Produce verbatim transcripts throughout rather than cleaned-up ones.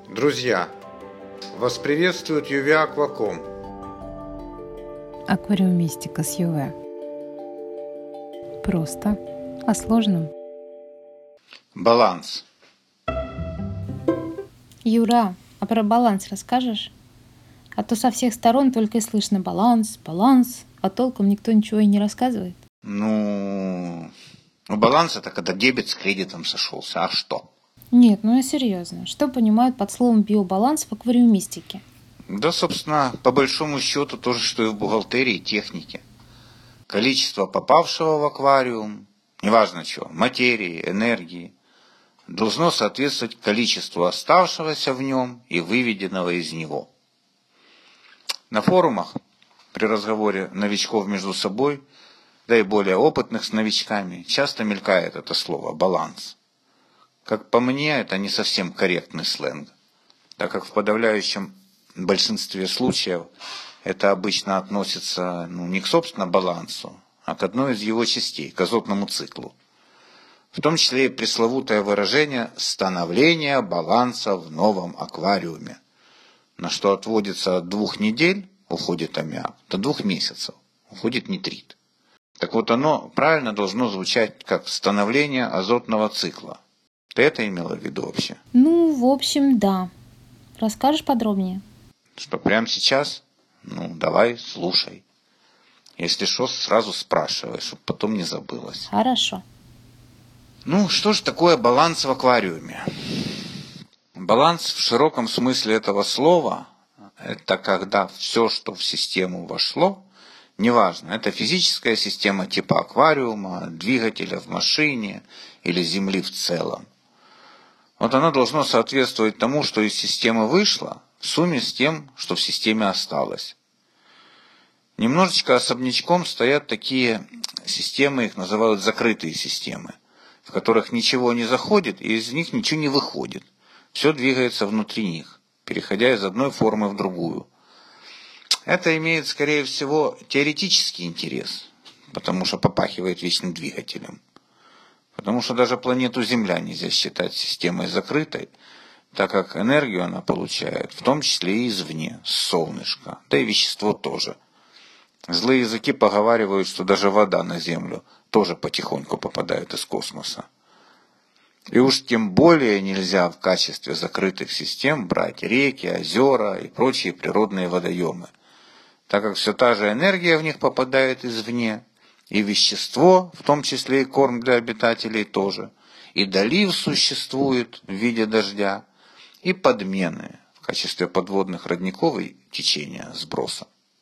Друзья, вас приветствует ю ви Aquacom. Аквариумистика с ю ви. Просто о сложном. Баланс. Юра, а про баланс расскажешь? А то со всех сторон только и слышно баланс, баланс, а толком никто ничего и не рассказывает. Ну, ну баланс это когда дебет с кредитом сошелся. А что? Нет, ну я серьезно. Что понимают под словом биобаланс в аквариумистике? Да, собственно, по большому счету то же, что и в бухгалтерии и технике. Количество попавшего в аквариум, неважно чего, материи, энергии, должно соответствовать количеству оставшегося в нем и выведенного из него. На форумах при разговоре новичков между собой, да и более опытных с новичками, часто мелькает это слово «баланс». Как по мне, это не совсем корректный сленг, так как в подавляющем большинстве случаев это обычно относится ну, не к собственно балансу, а к одной из его частей, к азотному циклу. В том числе и пресловутое выражение «становление баланса в новом аквариуме», на что отводится от двух недель, уходит аммиак, до двух месяцев, уходит нитрит. Так вот оно правильно должно звучать как «становление азотного цикла». Ты это имела в виду вообще? Ну, в общем, да. Расскажешь подробнее? Что, прямо сейчас? Ну, давай, слушай. Если что, сразу спрашивай, чтобы потом не забылось. Хорошо. Ну, что же такое баланс в аквариуме? Баланс в широком смысле этого слова – это когда все, что в систему вошло, неважно, это физическая система типа аквариума, двигателя в машине или Земли в целом. Вот оно должно соответствовать тому, что из системы вышло, в сумме с тем, что в системе осталось. Немножечко особнячком стоят такие системы, их называют закрытые системы, в которых ничего не заходит и из них ничего не выходит. Все двигается внутри них, переходя из одной формы в другую. Это имеет, скорее всего, теоретический интерес, потому что попахивает вечным двигателем. Потому что даже планету Земля нельзя считать системой закрытой, так как энергию она получает, в том числе и извне, с солнышка, да и вещество тоже. Злые языки поговаривают, что даже вода на Землю тоже потихоньку попадает из космоса. И уж тем более нельзя в качестве закрытых систем брать реки, озера и прочие природные водоемы, так как все та же энергия в них попадает извне, и вещество, в том числе и корм для обитателей тоже, и долив существует в виде дождя, и подмены в качестве подводных родников и течения сброса.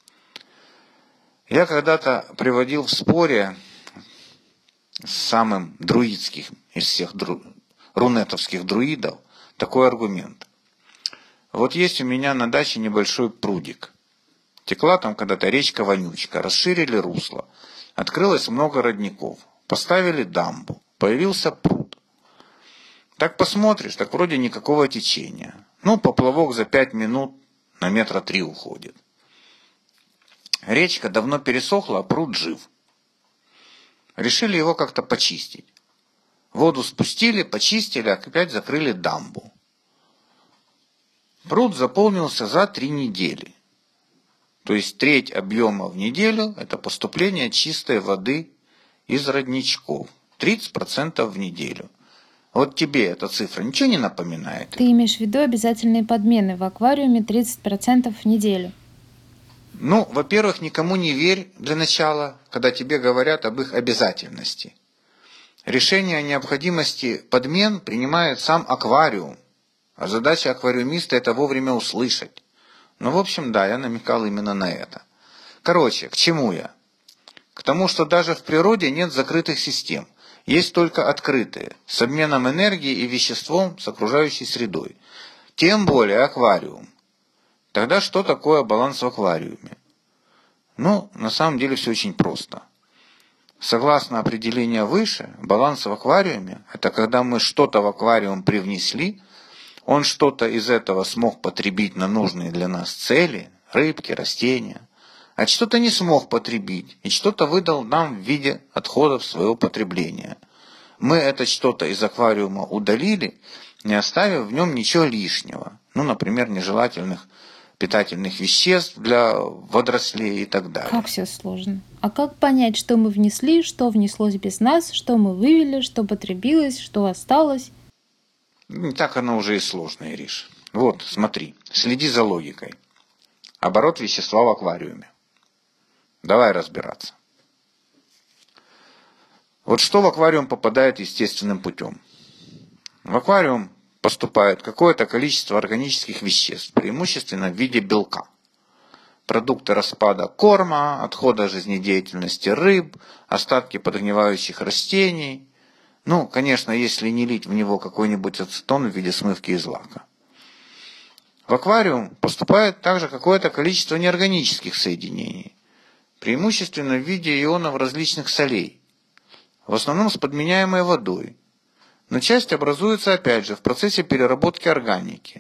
Я когда-то приводил в споре с самым друидских из всех дру... рунетовских друидов такой аргумент. Вот есть у меня на даче небольшой прудик. Текла там когда-то речка-вонючка, расширили русло, открылось много родников, поставили дамбу, появился пруд. Так посмотришь, так вроде никакого течения. Ну, поплавок за пять минут на метра три уходит. Речка давно пересохла, а пруд жив. Решили его как-то почистить. Воду спустили, почистили, а опять закрыли дамбу. Пруд заполнился за три недели. То есть треть объема в неделю – это поступление чистой воды из родничков. тридцать процентов в неделю. Вот тебе эта цифра ничего не напоминает? Ты имеешь в виду обязательные подмены в аквариуме тридцать процентов в неделю? Ну, во-первых, никому не верь для начала, когда тебе говорят об их обязательности. Решение о необходимости подмен принимает сам аквариум, а задача аквариумиста – это вовремя услышать. Ну, в общем, да, я намекал именно на это. Короче, к чему я? К тому, что даже в природе нет закрытых систем. Есть только открытые, с обменом энергии и веществом с окружающей средой. Тем более аквариум. Тогда что такое баланс в аквариуме? Ну, на самом деле все очень просто. Согласно определению выше, баланс в аквариуме – это когда мы что-то в аквариум привнесли, он что-то из этого смог потребить на нужные для нас цели, рыбки, растения, а что-то не смог потребить, и что-то выдал нам в виде отходов своего потребления. Мы это что-то из аквариума удалили, не оставив в нем ничего лишнего. Ну, например, нежелательных питательных веществ для водорослей и так далее. Как все сложно. А как понять, что мы внесли, что внеслось без нас, что мы вывели, что потребилось, что осталось? Не так оно уже и сложно, Ириш. Вот, смотри, следи за логикой. Оборот вещества в аквариуме. Давай разбираться. Вот что в аквариум попадает естественным путем? В аквариум поступает какое-то количество органических веществ, преимущественно в виде белка. Продукты распада корма, отхода жизнедеятельности рыб, остатки подгнивающих растений. Ну, конечно, если не лить в него какой-нибудь ацетон в виде смывки из лака. В аквариум поступает также какое-то количество неорганических соединений, преимущественно в виде ионов различных солей, в основном с подменяемой водой, но часть образуется опять же в процессе переработки органики.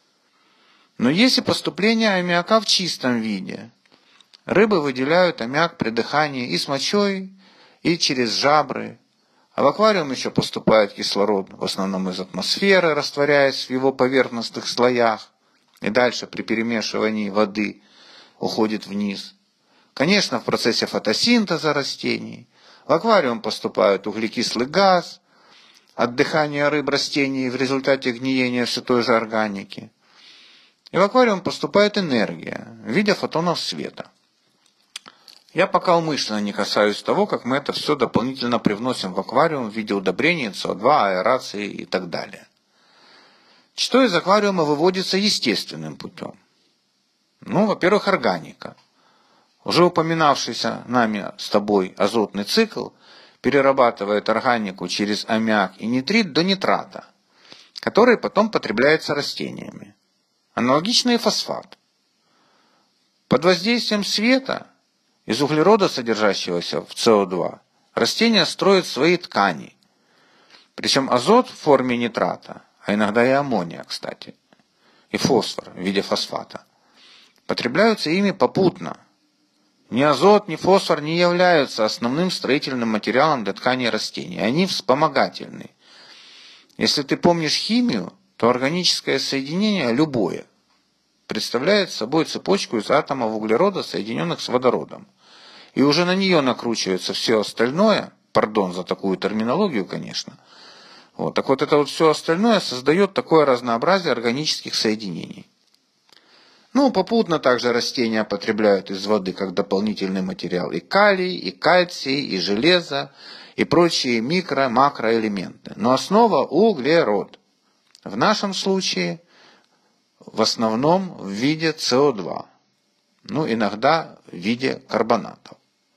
Но есть и поступление аммиака в чистом виде. Рыбы выделяют аммиак при дыхании и с мочой, и через жабры. А в аквариум еще поступает кислород, в основном из атмосферы, растворяясь в его поверхностных слоях, и дальше при перемешивании воды уходит вниз. Конечно, в процессе фотосинтеза растений. В аквариум поступает углекислый газ от дыхания рыб растений в результате гниения все той же органики. И в аквариум поступает энергия в виде фотонов света. Я пока умышленно не касаюсь того, как мы это все дополнительно привносим в аквариум в виде удобрений, СО два, аэрации и так далее. Что из аквариума выводится естественным путем? Ну, во-первых, органика. Уже упоминавшийся нами с тобой азотный цикл перерабатывает органику через аммиак и нитрит до нитрата, который потом потребляется растениями. Аналогично и фосфат. Под воздействием света из углерода, содержащегося в СО два, растения строят свои ткани. Причем азот в форме нитрата, а иногда и аммония, кстати, и фосфор в виде фосфата, потребляются ими попутно. Ни азот, ни фосфор не являются основным строительным материалом для тканей растений. Они вспомогательны. Если ты помнишь химию, то органическое соединение, любое, представляет собой цепочку из атомов углерода, соединенных с водородом. И уже на нее накручивается все остальное, пардон за такую терминологию, конечно. Вот, так вот это вот все остальное создает такое разнообразие органических соединений. Ну, попутно также растения потребляют из воды как дополнительный материал и калий, и кальций, и железо, и прочие микро-, макроэлементы. Но основа углерод. В нашем случае в основном в виде СО два. Ну, иногда в виде карбонатов.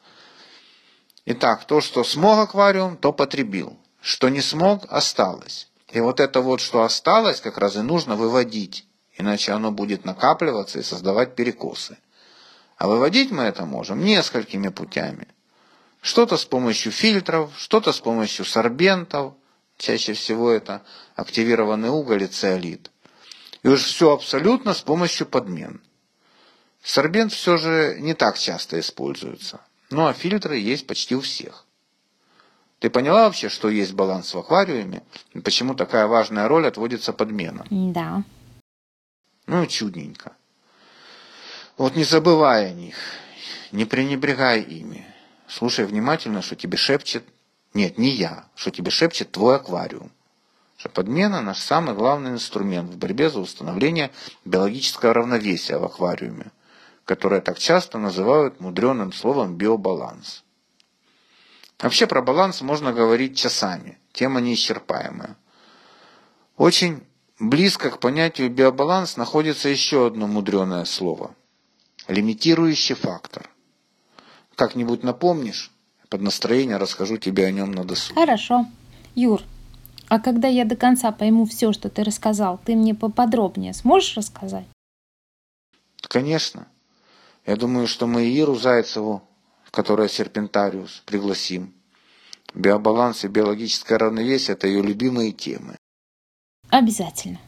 Итак, то, что смог аквариум, то потребил. Что не смог, осталось. И вот это вот, что осталось, как раз и нужно выводить. Иначе оно будет накапливаться и создавать перекосы. А выводить мы это можем несколькими путями. Что-то с помощью фильтров, что-то с помощью сорбентов. Чаще всего это активированный уголь и циолит. И уж все абсолютно с помощью подмен. Сорбент все же не так часто используется. Ну а фильтры есть почти у всех. Ты поняла вообще, что есть баланс в аквариуме? И почему такая важная роль отводится подменам? Да. Ну, чудненько. Вот не забывай о них, не пренебрегай ими. Слушай внимательно, что тебе шепчет, нет, не я, что тебе шепчет твой аквариум. Что подмена наш самый главный инструмент в борьбе за установление биологического равновесия в аквариуме, которое так часто называют мудреным словом биобаланс. Вообще про баланс можно говорить часами, тема неисчерпаемая. Очень близко к понятию биобаланс находится еще одно мудреное слово – лимитирующий фактор. Как-нибудь напомнишь, под настроение расскажу тебе о нем на досуге. Хорошо. Юр, а когда я до конца пойму все, что ты рассказал, ты мне поподробнее сможешь рассказать? Конечно. Я думаю, что мы Иру Зайцеву, которая Серпентариус, пригласим. Биобаланс и биологическое равновесие – это ее любимые темы. Обязательно.